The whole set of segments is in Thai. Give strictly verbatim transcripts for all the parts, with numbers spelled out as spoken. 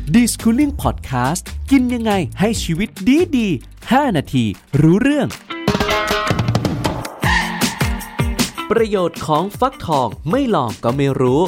Deschooling Podcast กินยังไงให้ชีวิตดีดีห้านาทีรู้เรื่องประโยชน์ของฟักทองไม่ลองก็ไม่รู้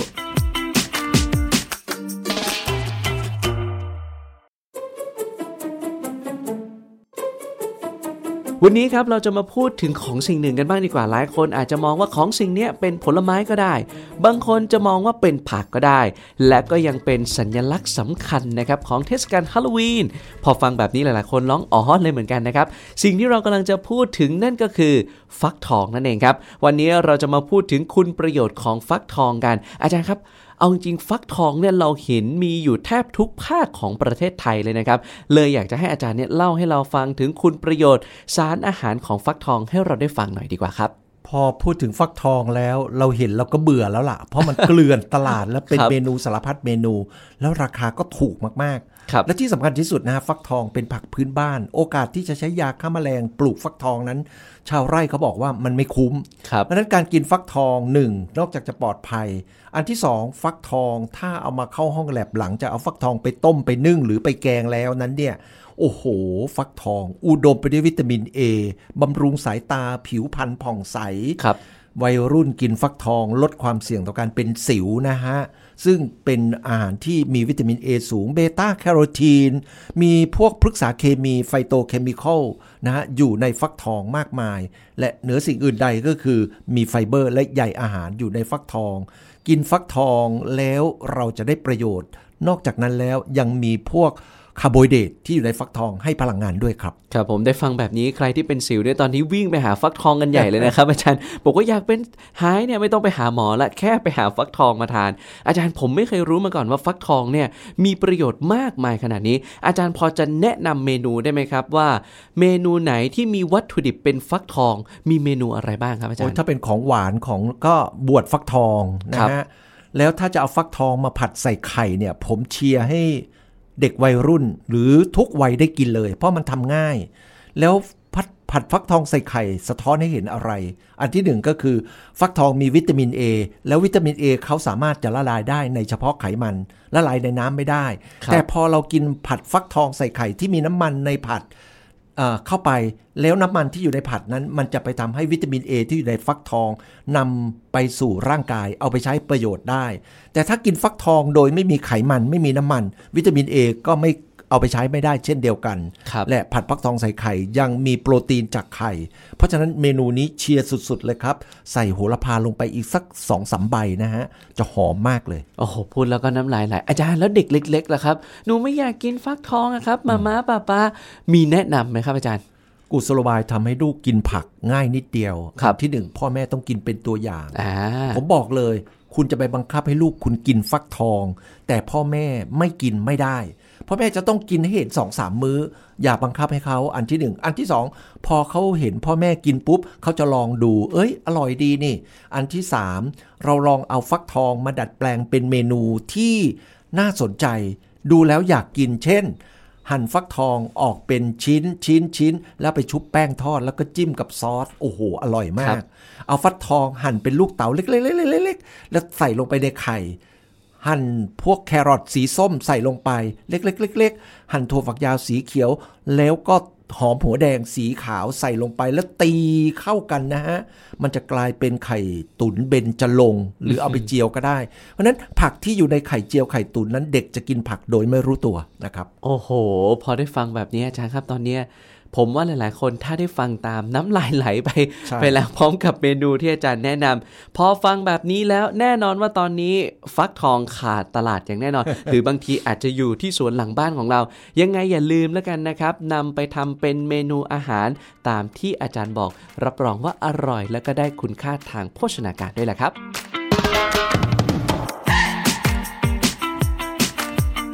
วันนี้ครับเราจะมาพูดถึงของสิ่งหนึ่งกันบ้างดีกว่าหลายคนอาจจะมองว่าของสิ่งนี้เป็นผลไม้ก็ได้บางคนจะมองว่าเป็นผักก็ได้และก็ยังเป็นสัญลักษณ์สำคัญนะครับของเทศกาลฮาโลวีนพอฟังแบบนี้หลายๆคนร้องอ๋อเลยเหมือนกันนะครับสิ่งที่เรากำลังจะพูดถึงนั่นก็คือฟักทองนั่นเองครับวันนี้เราจะมาพูดถึงคุณประโยชน์ของฟักทองกันอาจารย์ครับเอาจริงฟักทองเนี่ยเราเห็นมีอยู่แทบทุกภาคของประเทศไทยเลยนะครับเลยอยากจะให้อาจารย์เนี่ยเล่าให้เราฟังถึงคุณประโยชน์สารอาหารของฟักทองให้เราได้ฟังหน่อยดีกว่าครับพอพูดถึงฟักทองแล้วเราเห็นเราก็เบื่อแล้วล่ะเพราะมันเกลื่อนตลาดและเป็นเมนูสารพัดเมนูแล้วราคาก็ถูกมากๆและที่สำคัญที่สุดนะฟักทองเป็นผักพื้นบ้านโอกาสที่จะใช้ยาฆ่าแมลงปลูกฟักทองนั้นชาวไร่เขาบอกว่ามันไม่คุ้มเพราะฉะนั้นการกินฟักทองหนึ่งนอกจากจะปลอดภัยอันที่สองฟักทองถ้าเอามาเข้าห้องแลบหลังจะเอาฟักทองไปต้มไปนึ่งหรือไปแกงแล้วนั้นเนี่ยโอ้โหฟักทองอุดมไปด้วยวิตามิน A บำรุงสายตาผิวพรรณผ่องใสวัยรุ่นกินฟักทองลดความเสี่ยงต่อการเป็นสิวนะฮะซึ่งเป็นอาหารที่มีวิตามิน A สูงเบต้าแคโรทีนมีพวกพฤกษาเคมีไฟโตเคมีคอลนะฮะอยู่ในฟักทองมากมายและเหนือสิ่งอื่นใดก็คือมีไฟเบอร์และใยอาหารอยู่ในฟักทองกินฟักทองแล้วเราจะได้ประโยชน์นอกจากนั้นแล้วยังมีพวกคาร์โบไฮเดรตที่อยู่ในฟักทองให้พลังงานด้วยครับครับผมได้ฟังแบบนี้ใครที่เป็นสิวเนี่ยตอนนี้วิ่งไปหาฟักทองกันใหญ่เลยนะครับ อาจารย์บอกว่าอยากเป็นหายเนี่ยไม่ต้องไปหาหมอละแค่ไปหาฟักทองมาทานอาจารย์ผมไม่เคยรู้มาก่อนว่าฟักทองเนี่ยมีประโยชน์มากมายขนาดนี้อาจารย์พอจะแนะนำเมนูได้ไหมครับว่าเมนูไหนที่มีวัตถุดิบเป็นฟักทองมีเมนูอะไรบ้างครับอาจารย์ถ้าเป็นของหวานของก็บวชฟักทองนะฮะแล้วถ้าจะเอาฟักทองมาผัดใส่ไข่เนี่ยผมเชียร์ให้เด็กวัยรุ่นหรือทุกวัยได้กินเลยเพราะมันทำง่ายแล้วผัดผัดฟักทองใส่ไข่สะท้อนให้เห็นอะไรอันที่หนึ่งก็คือฟักทองมีวิตามิน A แล้ววิตามิน A เขาสามารถจะละลายได้ในเฉพาะไขมันละลายในน้ำไม่ได้แต่พอเรากินผัดฟักทองใส่ไข่ที่มีน้ำมันในผัดเข้าไปแล้วน้ำมันที่อยู่ในผัดนั้นมันจะไปทำให้วิตามิน A ที่อยู่ในฟักทองนำไปสู่ร่างกายเอาไปใช้ประโยชน์ได้แต่ถ้ากินฟักทองโดยไม่มีไขมันไม่มีน้ำมันวิตามิน A ก็ไม่เอาไปใช้ไม่ได้เช่นเดียวกันและผัดฟักทองใส่ไข่ยังมีโปรตีนจากไข่เพราะฉะนั้นเมนูนี้เชียร์สุดๆเลยครับใส่โหระพาลงไปอีกสัก สองถึงสาม ใบนะฮะจะหอมมากเลยโอ้โหพูดแล้วก็น้ำลายไหลอาจารย์แล้วเด็กเล็กๆล่ะครับหนูไม่อยากกินฟักทองอะครับมาม่าป้าป้ามีแนะนำไหมครับอาจารย์กุศโลบายทำให้ลูกกินผักง่ายนิดเดียวครับที่หนึ่งพ่อแม่ต้องกินเป็นตัวอย่างผมบอกเลยคุณจะไปบังคับให้ลูกคุณกินฟักทองแต่พ่อแม่ไม่กินไม่ได้พ่อแม่จะต้องกินให้เห็น สองถึงสาม มื้ออย่าบังคับให้เขาอันที่หนึ่งอันที่สองพอเขาเห็นพ่อแม่กินปุ๊บเขาจะลองดูเอ้ยอร่อยดีนี่อันที่สามเราลองเอาฟักทองมาดัดแปลงเป็นเมนูที่น่าสนใจดูแล้วอยากกินเช่นหั่นฟักทองออกเป็นชิ้นชิ้นชิ้นแล้วไปชุบแป้งทอดแล้วก็จิ้มกับซอสโอ้โหอร่อยมากเอาฟักทองหั่นเป็นลูกเต๋าเล็กๆๆๆแล้วใส่ลงไปในไข่หั่นพวกแครอทสีส้มใส่ลงไปเล็กๆๆๆหั่นถั่วฝักยาวสีเขียวแล้วก็หอมหัวแดงสีขาวใส่ลงไปแล้วตีเข้ากันนะฮะมันจะกลายเป็นไข่ตุ๋นเบญจรงค์หรือเอาไปเจียวก็ได้เพราะนั้นผักที่อยู่ในไข่เจียวไข่ตุ๋นนั้นเด็กจะกินผักโดยไม่รู้ตัวนะครับโอ้โหพอได้ฟังแบบนี้อาจารย์ครับตอนนี้ผมว่าหลายๆคนถ้าได้ฟังตามน้ำลายไหลไปไปแล้วพร้อมกับเมนูที่อาจารย์แนะนำพอฟังแบบนี้แล้วแน่นอนว่าตอนนี้ฟักทองขาดตลาดอย่างแน่นอน หรือบางทีอาจจะอยู่ที่สวนหลังบ้านของเรายังไงอย่าลืมแล้วกันนะครับนำไปทำเป็นเมนูอาหารตามที่อาจารย์บอกรับรองว่าอร่อยและก็ได้คุณค่าทางโภชนาการด้วยแหละครับ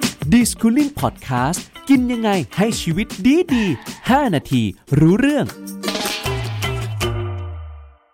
Deschooling Podcast กินยังไงให้ชีวิตดีดีห้านาทีรู้เรื่อง